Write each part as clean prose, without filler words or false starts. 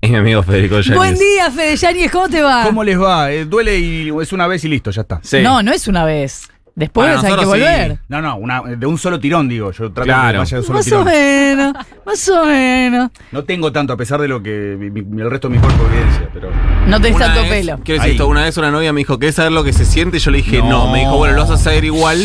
Es mi amigo Federico Yáñez. Buen día, Fede Yáñez, ¿cómo te va? ¿Cómo les va? Duele y es una vez y listo, ya está. Sí. No es una vez. Después Para hay que nosotros volver. sí. No, de un solo tirón, digo. Yo trato Claro. de que vaya de un solo Más tirón. más o menos. No tengo tanto, a pesar de lo que el resto de mi cuerpo evidencia, pero... No tenés Una tanto vez, pelo. Quiero decir Ahí. esto, una vez una novia me dijo, ¿querés saber lo que se siente? Yo le dije, no. No. Me dijo, bueno, lo vas a saber igual.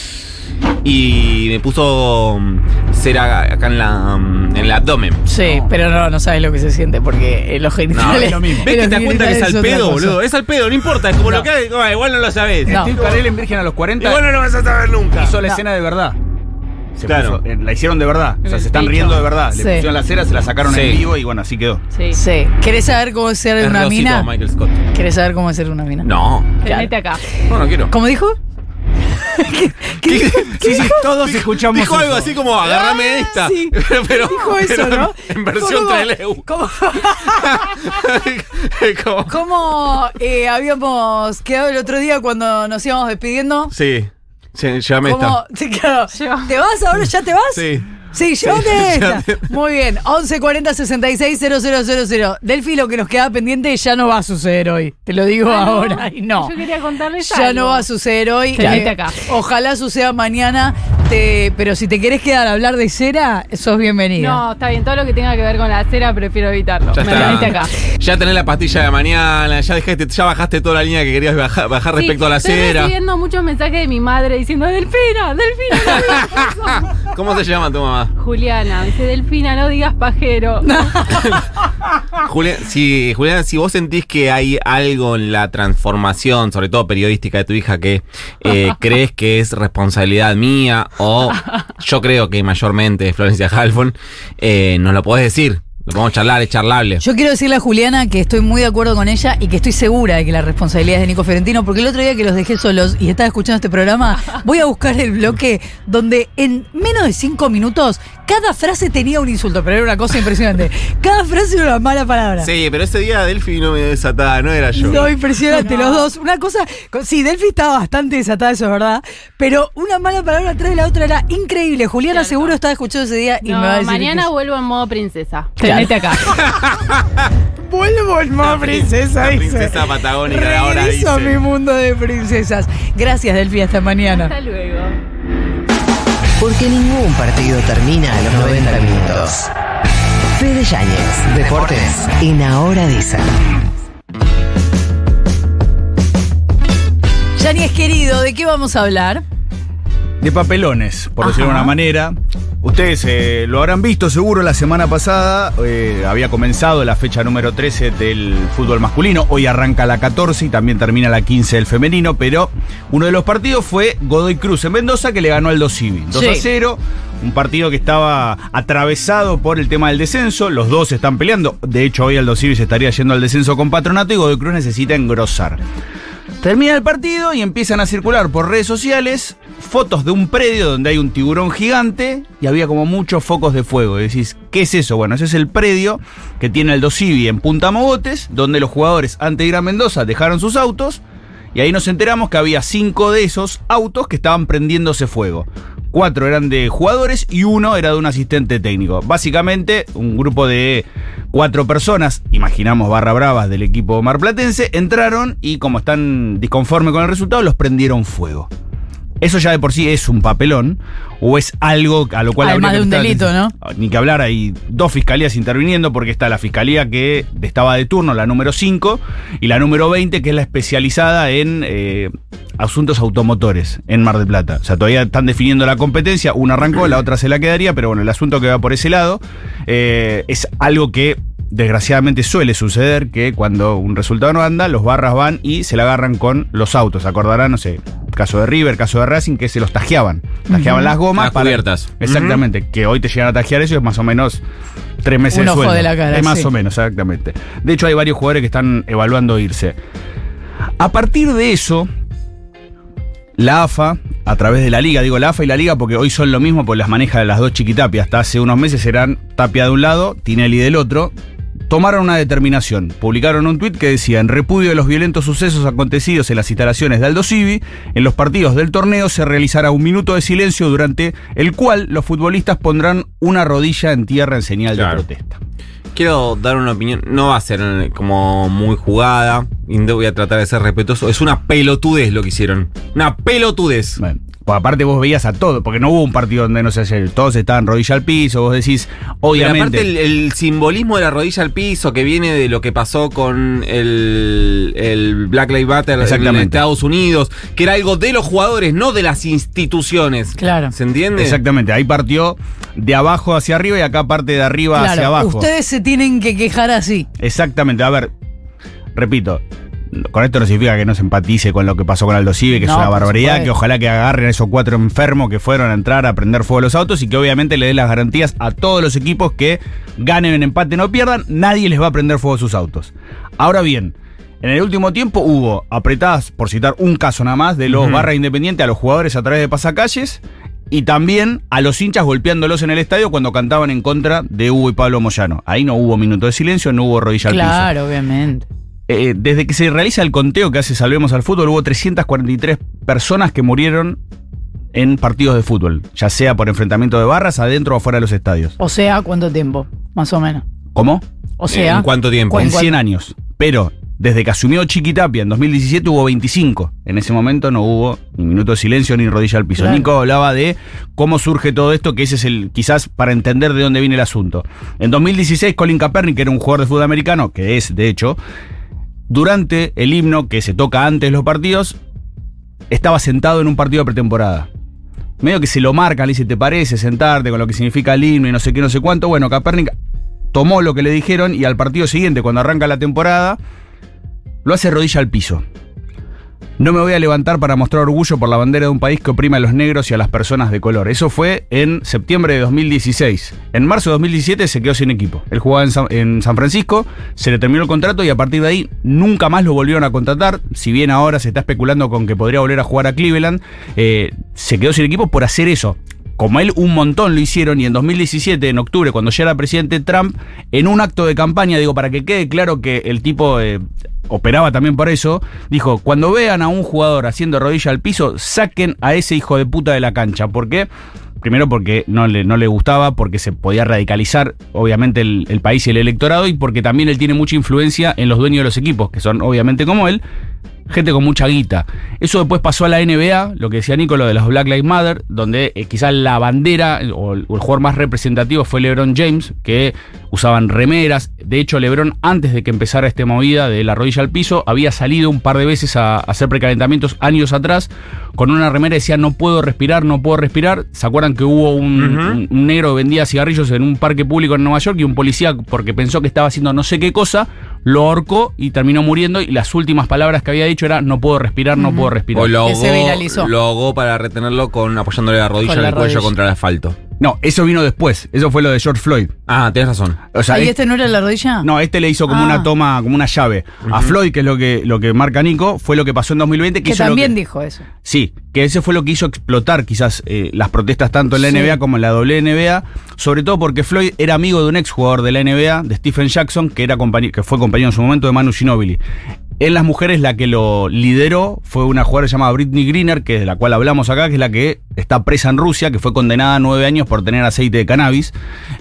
Y me puso cera acá en el abdomen. Sí, pero no sabes lo que se siente porque los genitales. No, es lo mismo. ¿Ves que los te das cuenta que es genitales al otra pedo, cosa. boludo? Es al pedo, no importa. Es como lo que hay. Igual no lo sabés. No. Steve Carell en Virgen a los 40 Igual no lo vas a saber nunca. hizo la escena de verdad. Claro. La hicieron de verdad. O sea, el se están pecho. riendo de verdad. Sí. Le pusieron la cera, se la sacaron Sí. en vivo y bueno, así quedó. Sí. Sí. ¿Querés saber cómo es ser Es una Rosito mina? Michael Scott. ¿Querés saber cómo es ser una mina? No. Tenete acá. No quiero. ¿Cómo dijo? ¿Qué Sí, todos escuchamos Dijo algo eso. así como, agárrame esta. sí. pero, Dijo eso, pero ¿no? En versión ¿Cómo? 3LU. ¿Cómo? ¿Cómo habíamos quedado el otro día cuando nos íbamos despidiendo? Sí. Llévame ¿Cómo? esta. Sí, claro. Llévame. ¿Te vas ahora? ¿Ya te vas? Sí. Sí, llévate esta. Muy bien. 1140 66 000. Delphi, lo que nos queda pendiente ya no va a suceder hoy. Te lo digo ahora. Y no. Yo quería contarles Ya algo. no va a suceder hoy. Tenete acá. Ojalá suceda mañana. Pero si te querés quedar a hablar de cera, sos bienvenida. No, está bien. Todo lo que tenga que ver con la cera prefiero evitarlo. Ya Me está. tenete acá. Ya tenés la pastilla de mañana, ya bajaste toda la línea que querías bajar respecto a la Estoy cera. recibiendo muchos mensajes de mi madre diciendo, Delfina, ¿Cómo se llama tu mamá? Juliana, me dice, Delfina, no digas pajero. Juliana, si vos sentís que hay algo en la transformación, sobre todo periodística de tu hija, que crees que es responsabilidad mía, o yo creo que mayormente de Florencia Halfon, nos lo podés decir. Lo podemos charlar, es charlable. Yo quiero decirle a Juliana que estoy muy de acuerdo con ella y que estoy segura de que la responsabilidad es de Nico Fiorentino, porque el otro día que los dejé solos y estaba escuchando este programa, voy a buscar el bloque donde en menos de 5 minutos cada frase tenía un insulto, pero era una cosa impresionante. Cada frase era una mala palabra. Sí, pero ese día Delphi no me desataba, no era yo. No, impresionante, los dos. Una cosa, sí, Delphi estaba bastante desatada, eso es verdad, pero una mala palabra atrás de la otra era increíble. Juliana Cierto. seguro estaba escuchando ese día y No, me va a decir mañana que vuelvo en modo princesa. Claro. Tenete acá. vuelvo en modo princesa, La dice. princesa patagónica de ahora Regreso a mi dice. mundo de princesas. Gracias, Delphi, hasta mañana. Hasta luego. Porque ningún partido termina a los 90 minutos. Fede Yáñez, Deportes, en Ahora Dicen. Yáñez, querido, ¿de qué vamos a hablar? De papelones, por decirlo de Ajá. una manera. Ustedes lo habrán visto seguro la semana pasada, había comenzado la fecha número 13 del fútbol masculino, hoy arranca la 14 y también termina la 15 del femenino, pero uno de los partidos fue Godoy Cruz en Mendoza, que le ganó al Aldo Civi, 2-0, un partido que estaba atravesado por el tema del descenso, los dos están peleando, de hecho hoy Aldo Civi se estaría yendo al descenso con Patronato y Godoy Cruz necesita engrosar. Termina el partido y empiezan a circular por redes sociales fotos de un predio donde hay un tiburón gigante y había como muchos focos de fuego. Y decís, ¿qué es eso? Bueno, ese es el predio que tiene el Civi en Punta Mogotes, donde los jugadores antes de ir a Mendoza dejaron sus autos y ahí nos enteramos que había 5 de esos autos que estaban prendiéndose fuego. 4 eran de jugadores y 1 era de un asistente técnico. Básicamente, un grupo de 4 personas, imaginamos barra bravas del equipo marplatense, entraron y como están disconformes con el resultado, los prendieron fuego. Eso ya de por sí es un papelón, o es algo a lo cual Además habría de un prestar delito, atención. Ni que hablar, hay 2 fiscalías interviniendo, porque está la fiscalía que estaba de turno, la número 5, y la número 20, que es la especializada en asuntos automotores en Mar del Plata. O sea, todavía están definiendo la competencia, una arrancó, la otra se la quedaría, pero bueno, el asunto que va por ese lado es algo que desgraciadamente suele suceder, que cuando un resultado no anda, los barras van y se la agarran con los autos. Acordarán, no sé, caso de River, caso de Racing, que se los tajeaban. Tajeaban las gomas. Las cubiertas. Exactamente, que hoy te llegan a tajear eso, es más o menos 3 meses Un de ojo sueldo. de la cara, Es más sí. o menos, exactamente. De hecho, hay varios jugadores que están evaluando irse. A partir de eso, la AFA, a través de la Liga, digo la AFA y la Liga porque hoy son lo mismo, porque las maneja las dos Chiquitapia. Hasta hace unos meses eran Tapia de un lado, Tinelli del otro. Tomaron una determinación. Publicaron un tuit que decía: en repudio de los violentos sucesos acontecidos en las instalaciones de Aldo Civi, en los partidos del torneo se realizará un minuto de silencio durante el cual los futbolistas pondrán una rodilla en tierra en señal Claro. de protesta. quiero dar una opinión. No va a ser como muy jugada. Y voy a tratar de ser respetuoso. Es una pelotudez lo que hicieron. Una pelotudez. Bueno, pues aparte vos veías a todos, porque no hubo un partido donde no se haya, todos estaban rodilla al piso, vos decís, obviamente. Pero aparte el simbolismo de la rodilla al piso que viene de lo que pasó con el Black Lives Matter en Estados Unidos, que era algo de los jugadores, no de las instituciones. Claro. ¿Se entiende? Exactamente, ahí partió de abajo hacia arriba y acá parte de arriba hacia abajo. Ustedes se tienen que quejar así. Exactamente, a ver, repito, con esto no significa que no se empatice con lo que pasó con Aldo Civi, que es una barbaridad, que ojalá que agarren a esos 4 enfermos que fueron a entrar a prender fuego a los autos y que obviamente le den las garantías a todos los equipos que ganen en empate, no pierdan, nadie les va a prender fuego a sus autos. Ahora bien, en el último tiempo hubo apretadas, por citar un caso nada más, de los barras independientes a los jugadores a través de pasacalles y también a los hinchas golpeándolos en el estadio cuando cantaban en contra de Hugo y Pablo Moyano. Ahí no hubo minuto de silencio, no hubo rodilla al piso. Claro, obviamente. Desde que se realiza el conteo que hace Salvemos al Fútbol, hubo 343 personas que murieron en partidos de fútbol, ya sea por enfrentamiento de barras, adentro o fuera de los estadios. O sea, ¿cuánto tiempo? Más o menos. ¿Cómo? O sea, ¿en cuánto tiempo? En 100 años. Pero desde que asumió Chiquitapia en 2017 hubo 25. En ese momento no hubo ni minuto de silencio ni rodilla al piso. Claro. Nico hablaba de cómo surge todo esto, que ese es el, quizás para entender de dónde viene el asunto. En 2016, Colin Kaepernick, que era un jugador de fútbol americano, que es de hecho, durante el himno que se toca antes de los partidos, estaba sentado en un partido de pretemporada. Medio que se lo marca, le dice, ¿te parece sentarte con lo que significa el himno y no sé qué, no sé cuánto? Bueno, Kaepernick tomó lo que le dijeron y al partido siguiente, cuando arranca la temporada, lo hace rodilla al piso. No me voy a levantar para mostrar orgullo por la bandera de un país que oprime a los negros y a las personas de color. Eso fue en septiembre de 2016. En marzo de 2017 se quedó sin equipo. Él jugaba en San Francisco, se le terminó el contrato y a partir de ahí nunca más lo volvieron a contratar. Si bien ahora se está especulando con que podría volver a jugar a Cleveland, se quedó sin equipo por hacer eso. Como él, un montón lo hicieron, y en 2017, en octubre, cuando ya era presidente Trump, en un acto de campaña, digo, para que quede claro que el tipo operaba también por eso, dijo, cuando vean a un jugador haciendo rodilla al piso, saquen a ese hijo de puta de la cancha. ¿Por qué? Primero porque no le gustaba, porque se podía radicalizar, obviamente, el país y el electorado, y porque también él tiene mucha influencia en los dueños de los equipos, que son, obviamente, como él, gente con mucha guita. Eso después pasó a la NBA, lo que decía Nico, lo de los Black Lives Matter, donde quizás la bandera o el jugador más representativo fue LeBron James, que usaban remeras. De hecho, LeBron, antes de que empezara esta movida de la rodilla al piso, había salido un par de veces a hacer precalentamientos años atrás con una remera que decía no puedo respirar, no puedo respirar. ¿Se acuerdan que hubo un negro que vendía cigarrillos en un parque público en Nueva York y un policía, porque pensó que estaba haciendo no sé qué cosa, lo ahorcó y terminó muriendo, y las últimas palabras que había dicho era no puedo respirar, no puedo respirar. O lo que se viralizó. Lo ahogó para retenerlo apoyándole la rodilla en el cuello contra el asfalto. No, eso vino después. Eso fue lo de George Floyd. Ah, tienes razón. O sea, ¿y este no era la rodilla? No, este le hizo como una toma, como una llave. A Floyd, que es lo que marca Nico, fue lo que pasó en 2020. Que también dijo eso. Sí, que ese fue lo que hizo explotar quizás las protestas tanto en la NBA como en la WNBA, sobre todo porque Floyd era amigo de un exjugador de la NBA, de Stephen Jackson, que fue compañero en su momento de Manu Ginóbili. En las mujeres, la que lo lideró fue una jugadora llamada Britney Griner, que es de la cual hablamos acá, que es la que está presa en Rusia, que fue condenada a 9 años por tener aceite de cannabis.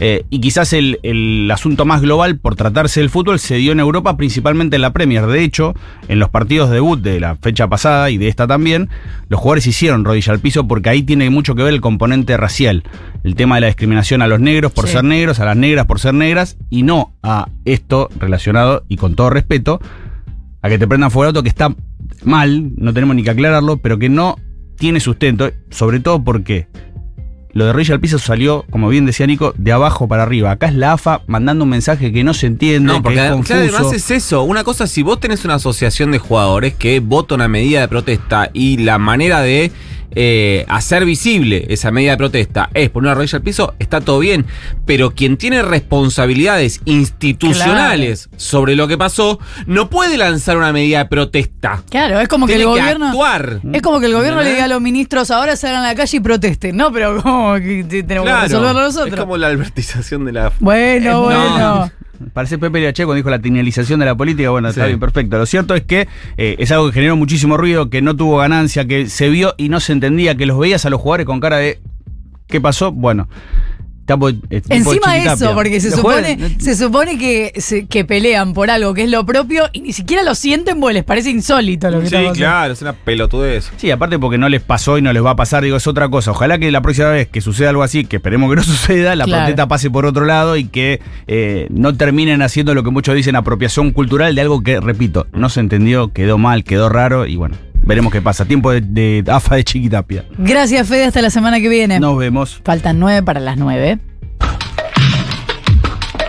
Y quizás el asunto más global, por tratarse del fútbol, se dio en Europa, principalmente en la Premier. De hecho, en los partidos de debut de la fecha pasada y de esta también, los jugadores hicieron rodilla al piso porque ahí tiene mucho que ver el componente racial. El tema de la discriminación a los negros por ser negros, a las negras por ser negras, y no a esto relacionado, y con todo respeto, a que te prendan fuego el auto, que está mal, no tenemos ni que aclararlo, pero que no tiene sustento, sobre todo porque lo de rodilla al piso salió, como bien decía Nico, de abajo para arriba. Acá es la AFA mandando un mensaje que no se entiende, no, porque que es confuso. Además es eso, una cosa, si vos tenés una asociación de jugadores que vota una medida de protesta y la manera de hacer visible esa medida de protesta es poner una rodilla al piso, está todo bien, pero quien tiene responsabilidades institucionales sobre lo que pasó no puede lanzar una medida de protesta. Claro, es como que el gobierno actuar. Es como que el gobierno le diga a los ministros ahora salgan a la calle y protesten, no, pero ¿cómo que tenemos que resolverlo nosotros? Es como la albertización de la... Bueno. Parece Pepe Liaché cuando dijo la tenialización de la política. Bueno, está bien, perfecto. Lo cierto es que es algo que generó muchísimo ruido, que no tuvo ganancia, que se vio y no se entendía, que los veías a los jugadores con cara de ¿qué pasó? Bueno, Encima eso, porque se supone que pelean por algo que es lo propio y ni siquiera lo sienten porque les parece insólito lo que está Sí, pasando. claro, es una pelotudez. Sí, aparte porque no les pasó y no les va a pasar, digo, es otra cosa. Ojalá que la próxima vez que suceda algo así, que esperemos que no suceda, la Claro. protesta pase por otro lado y que no terminen haciendo lo que muchos dicen apropiación cultural de algo que, repito, no se entendió, quedó mal, quedó raro y bueno, veremos qué pasa. Tiempo de AFA de Chiquitapia. Gracias, Fede, hasta la semana que viene. Nos vemos. Faltan 9 para las 9.